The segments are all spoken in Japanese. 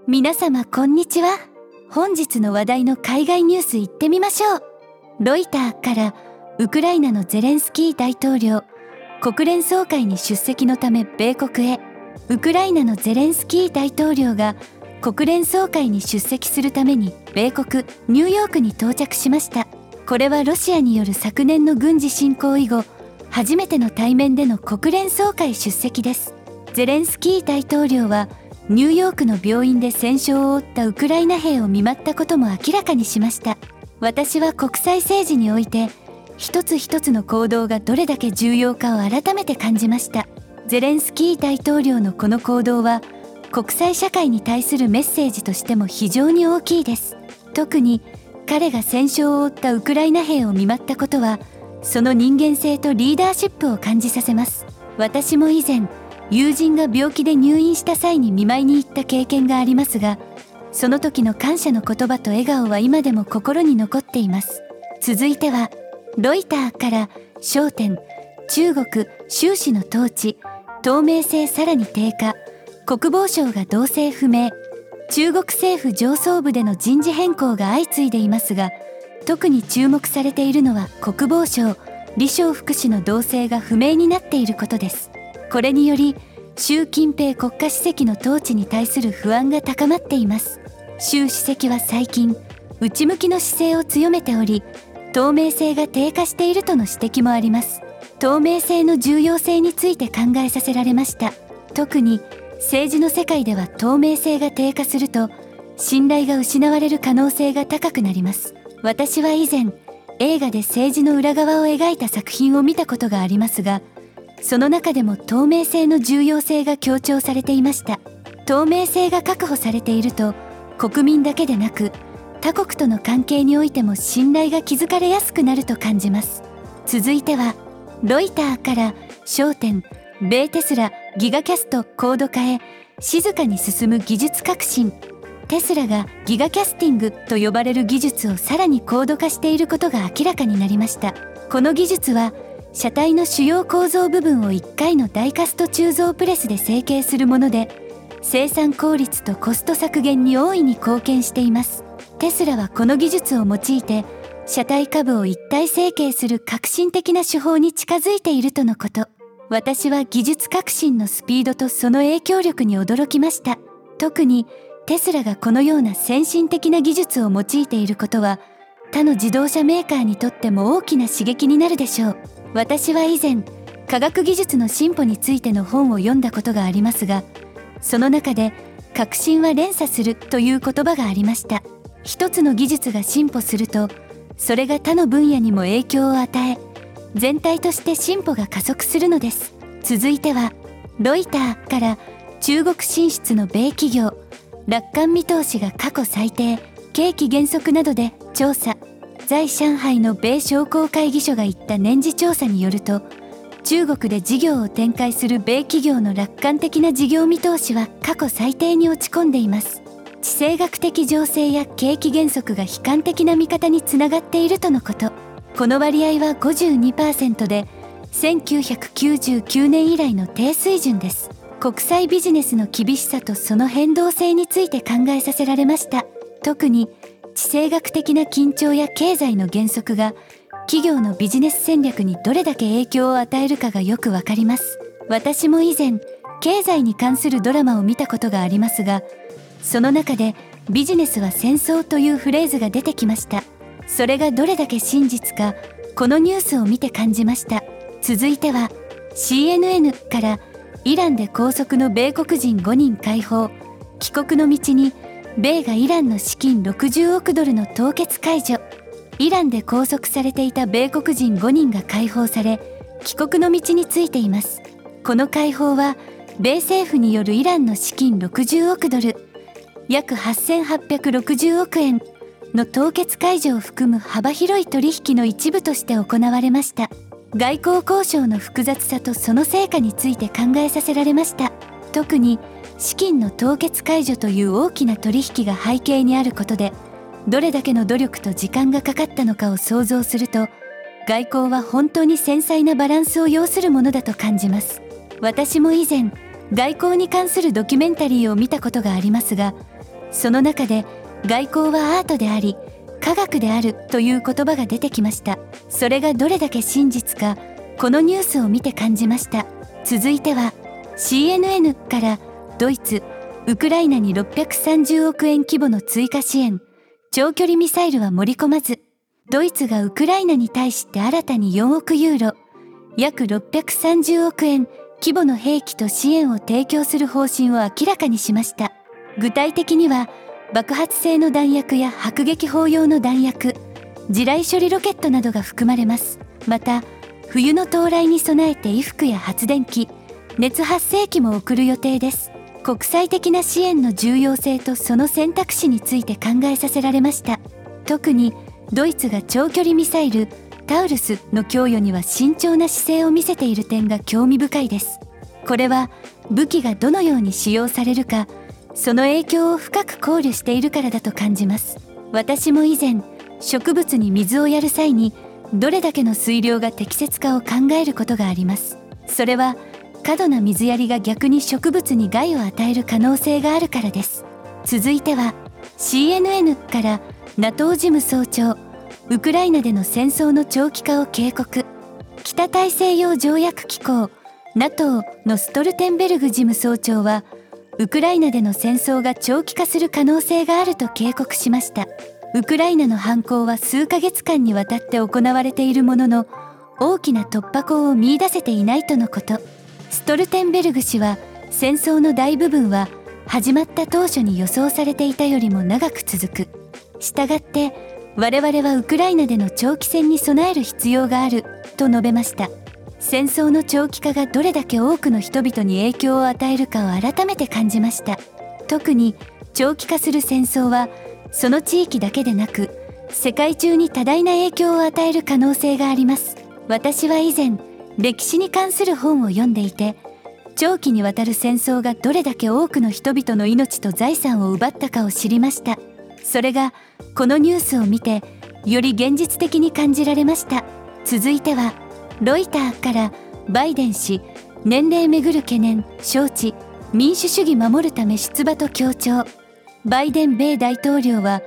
皆様こんにちは。本日の話題の海外ニュース行ってみましょう。ロイターからウクライナのゼレンスキー大統領、国連総会に出席のため米国へ。ウクライナのゼレンスキー大統領が国連総会に出席するために米国ニューヨークに到着しました。これはロシアによる昨年の軍事侵攻以後初めての対面での国連総会出席です。ゼレンスキー大統領はニューヨークの病院で戦傷を負ったウクライナ兵を見舞ったことも明らかにしました。私は国際政治において一つ一つの行動がどれだけ重要かを改めて感じました。ゼレンスキー大統領のこの行動は国際社会に対するメッセージとしても非常に大きいです。特に彼が戦傷を負ったウクライナ兵を見舞ったことはその人間性とリーダーシップを感じさせます。私も以前友人が病気で入院した際に見舞いに行った経験がありますが、その時の感謝の言葉と笑顔は今でも心に残っています。続いてはロイターから焦点、中国習氏の統治透明性さらに低下、国防省が動静不明。中国政府上層部での人事変更が相次いでいますが、特に注目されているのは国防省李尚福氏の動静が不明になっていることです。これにより習近平国家主席の統治に対する不安が高まっています。習主席は最近内向きの姿勢を強めており、透明性が低下しているとの指摘もあります。透明性の重要性について考えさせられました。特に政治の世界では透明性が低下すると信頼が失われる可能性が高くなります。私は以前映画で政治の裏側を描いた作品を見たことがありますが、その中でも透明性の重要性が強調されていました。透明性が確保されていると国民だけでなく他国との関係においても信頼が築かれやすくなると感じます。続いてはロイターから焦点、米テスラギガキャスト高度化へ静かに進む技術革新。テスラがギガキャスティングと呼ばれる技術をさらに高度化していることが明らかになりました。この技術は車体の主要構造部分を1回のダイカスト鋳造プレスで成形するもので、生産効率とコスト削減に大いに貢献しています。テスラはこの技術を用いて車体下部を一体成形する革新的な手法に近づいているとのこと。私は技術革新のスピードとその影響力に驚きました。特にテスラがこのような先進的な技術を用いていることは他の自動車メーカーにとっても大きな刺激になるでしょう。私は以前科学技術の進歩についての本を読んだことがありますが、その中で革新は連鎖するという言葉がありました。一つの技術が進歩するとそれが他の分野にも影響を与え、全体として進歩が加速するのです。続いてはロイターから中国進出の米企業、楽観見通しが過去最低、景気減速などで調査。在上海の米商工会議所が言った年次調査によると、中国で事業を展開する米企業の楽観的な事業見通しは過去最低に落ち込んでいます。地政学的情勢や景気減速が悲観的な見方につながっているとのこと。この割合は 52% で1999年以来の低水準です。国際ビジネスの厳しさとその変動性について考えさせられました。特に地政学的な緊張や経済の減速が企業のビジネス戦略にどれだけ影響を与えるかがよくわかります。私も以前経済に関するドラマを見たことがありますが、その中でビジネスは戦争というフレーズが出てきました。それがどれだけ真実かこのニュースを見て感じました。続いては CNN からイランで拘束の米国人5人解放、帰国の道に米がイランの資金60億ドルの凍結解除。イランで拘束されていた米国人5人が解放され、帰国の道についています。この解放は米政府によるイランの資金60億ドル、約8860億円の凍結解除を含む幅広い取引の一部として行われました。外交交渉の複雑さとその成果について考えさせられました。特に資金の凍結解除という大きな取引が背景にあることで、どれだけの努力と時間がかかったのかを想像すると、外交は本当に繊細なバランスを要するものだと感じます。私も以前外交に関するドキュメンタリーを見たことがありますが、 その中で外交はアートであり科学であるという言葉が出てきました。それがどれだけ真実か、このニュースを見て感じました。続いては CNN からドイツ、ウクライナに630億円規模の追加支援、長距離ミサイルは盛り込まず、ドイツがウクライナに対して新たに4億ユーロ、約630億円規模の兵器と支援を提供する方針を明らかにしました。具体的には、爆発性の弾薬や迫撃砲用の弾薬、地雷処理ロケットなどが含まれます。また、冬の到来に備えて衣服や発電機、熱発生機も送る予定です。国際的な支援の重要性とその選択肢について考えさせられました。特に、ドイツが長距離ミサイル、タウルスの供与には慎重な姿勢を見せている点が興味深いです。これは、武器がどのように使用されるか、その影響を深く考慮しているからだと感じます。私も以前、植物に水をやる際に、どれだけの水量が適切かを考えることがあります。それは、過度な水やりが逆に植物に害を与える可能性があるからです。続いては、CNN から NATO 事務総長、ウクライナでの戦争の長期化を警告。北大西洋条約機構 NATO のストルテンベルグ事務総長は、ウクライナでの戦争が長期化する可能性があると警告しました。ウクライナの反攻は数ヶ月間にわたって行われているものの、大きな突破口を見出せていないとのこと。ストルテンベルグ氏は、戦争の大部分は始まった当初に予想されていたよりも長く続く。したがって、我々はウクライナでの長期戦に備える必要がある、と述べました。戦争の長期化がどれだけ多くの人々に影響を与えるかを改めて感じました。特に長期化する戦争はその地域だけでなく世界中に多大な影響を与える可能性があります。私は以前歴史に関する本を読んでいて、長期にわたる戦争がどれだけ多くの人々の命と財産を奪ったかを知りました。それがこのニュースを見てより現実的に感じられました。続いてはロイターからバイデン氏、年齢めぐる懸念、招致、民主主義守るため出馬と強調。バイデン米大統領は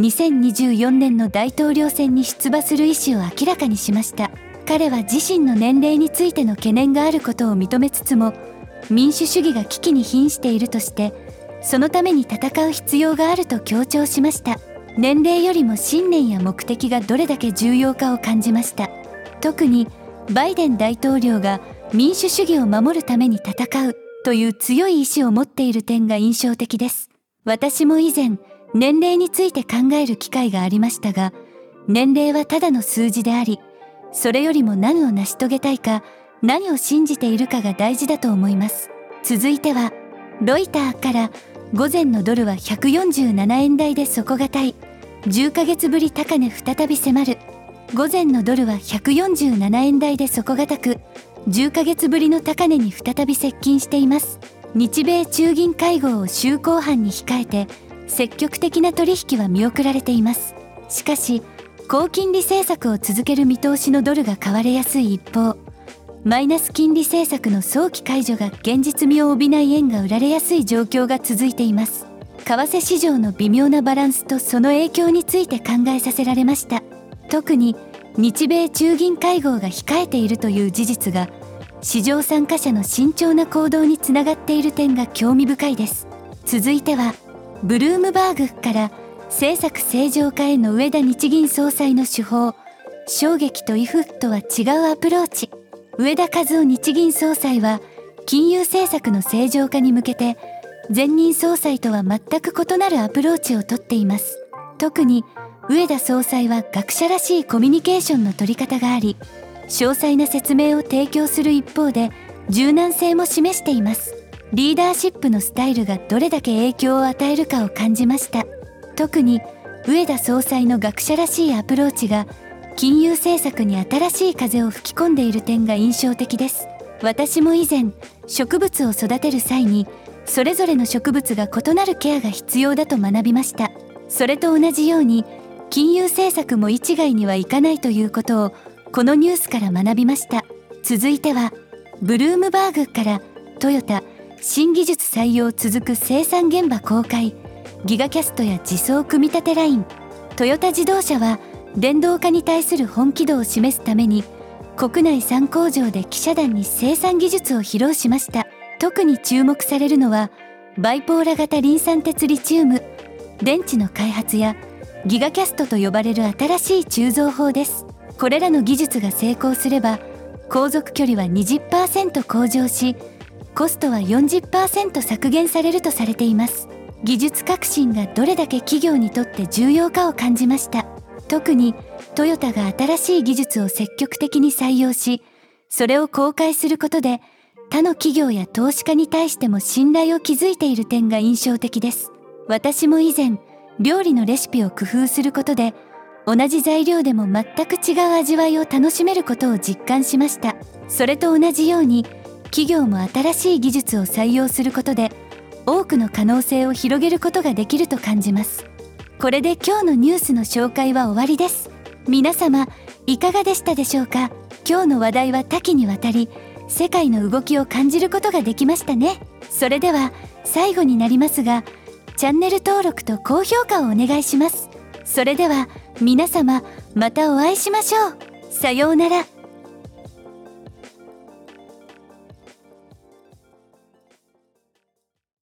2024年の大統領選に出馬する意思を明らかにしました。彼は自身の年齢についての懸念があることを認めつつも、民主主義が危機に瀕しているとして、そのために戦う必要があると強調しました。年齢よりも信念や目的がどれだけ重要かを感じました。特にバイデン大統領が民主主義を守るために戦うという強い意志を持っている点が印象的です。私も以前、年齢について考える機会がありましたが、年齢はただの数字であり、それよりも何を成し遂げたいか、何を信じているかが大事だと思います。続いては、ロイターから午前のドルは147円台で底堅い、10ヶ月ぶり高値再び迫る。午前のドルは147円台で底堅く、10ヶ月ぶりの高値に再び接近しています。日米中銀会合を週後半に控えて、積極的な取引は見送られています。しかし、高金利政策を続ける見通しのドルが買われやすい一方、マイナス金利政策の早期解除が現実味を帯びない円が売られやすい状況が続いています。為替市場の微妙なバランスとその影響について考えさせられました。特に日米中銀会合が控えているという事実が市場参加者の慎重な行動につながっている点が興味深いです。続いてはブルームバーグから政策正常化への植田日銀総裁の手法、衝撃とイフとは違うアプローチ。植田和男日銀総裁は金融政策の正常化に向けて前任総裁とは全く異なるアプローチをとっています。特に植田総裁は学者らしいコミュニケーションの取り方があり、詳細な説明を提供する一方で柔軟性も示しています。リーダーシップのスタイルがどれだけ影響を与えるかを感じました。特に植田総裁の学者らしいアプローチが金融政策に新しい風を吹き込んでいる点が印象的です。私も以前植物を育てる際にそれぞれの植物が異なるケアが必要だと学びました。それと同じように金融政策も一概にはいかないということをこのニュースから学びました。続いてはブルームバーグからトヨタ新技術採用続く生産現場公開、 ギガキャストや自走組み立てライン。トヨタ自動車は電動化に対する本気度を示すために国内3工場で記者団に生産技術を披露しました。特に注目されるのはバイポーラ型リン酸鉄リチウム電池の開発やギガキャストと呼ばれる新しい鋳造法です。これらの技術が成功すれば航続距離は 20% 向上し、コストは 40% 削減されるとされています。技術革新がどれだけ企業にとって重要かを感じました。特にトヨタが新しい技術を積極的に採用し、それを公開することで他の企業や投資家に対しても信頼を築いている点が印象的です。私も以前料理のレシピを工夫することで同じ材料でも全く違う味わいを楽しめることを実感しました。それと同じように企業も新しい技術を採用することで多くの可能性を広げることができると感じます。これで今日のニュースの紹介は終わりです。皆様いかがでしたでしょうか。今日の話題は多岐にわたり世界の動きを感じることができましたね。それでは最後になりますがチャンネル登録と高評価をお願いします。それでは皆様またお会いしましょう。さようなら。